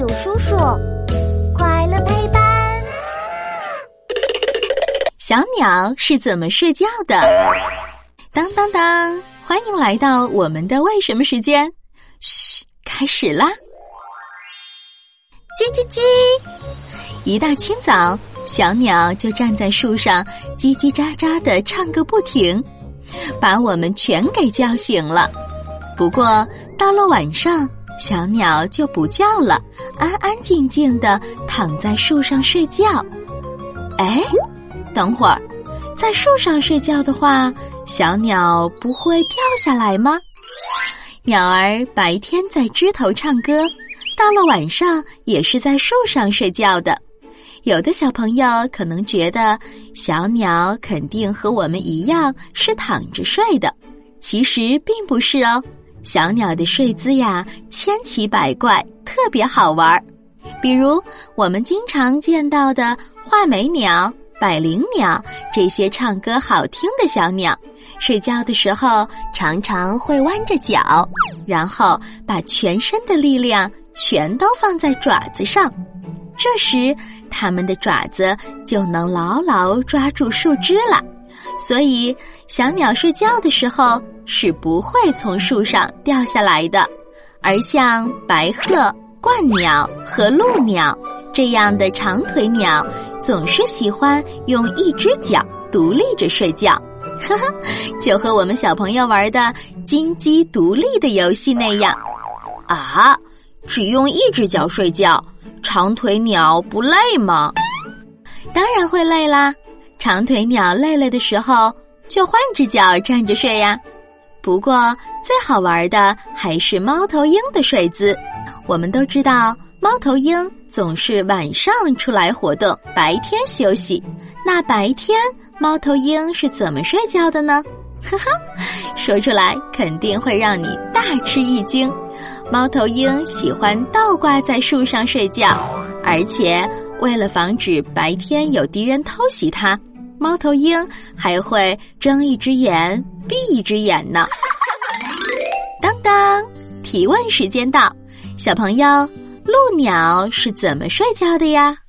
有叔叔，快乐陪伴。 小鸟是怎么睡觉的？当当当，欢迎来到我们的为什么时间。嘘，开始啦！叽叽叽！一大清早，小鸟就站在树上叽叽喳喳地唱个不停，把我们全给叫醒了。不过到了晚上，小鸟就不叫了，安安静静地躺在树上睡觉。哎，等会儿，在树上睡觉的话，小鸟不会掉下来吗？鸟儿白天在枝头唱歌，到了晚上也是在树上睡觉的。有的小朋友可能觉得小鸟肯定和我们一样是躺着睡的，其实并不是哦。小鸟的睡姿呀，千奇百怪，特别好玩。比如我们经常见到的画眉鸟、百灵鸟，这些唱歌好听的小鸟，睡觉的时候常常会弯着脚，然后把全身的力量全都放在爪子上，这时它们的爪子就能牢牢抓住树枝了。所以小鸟睡觉的时候是不会从树上掉下来的。而像白鹤、鹳鸟和鹭鸟这样的长腿鸟，总是喜欢用一只脚独立着睡觉，呵呵，就和我们小朋友玩的金鸡独立的游戏那样。啊，只用一只脚睡觉，长腿鸟不累吗？当然会累啦，长腿鸟累了的时候就换只脚站着睡呀。不过最好玩的还是猫头鹰的睡姿。我们都知道猫头鹰总是晚上出来活动，白天休息。那白天猫头鹰是怎么睡觉的呢？呵呵，说出来肯定会让你大吃一惊。猫头鹰喜欢倒挂在树上睡觉，而且为了防止白天有敌人偷袭它，猫头鹰还会睁一只眼闭一只眼呢。当当，提问时间到，小朋友，鹭鸟是怎么睡觉的呀？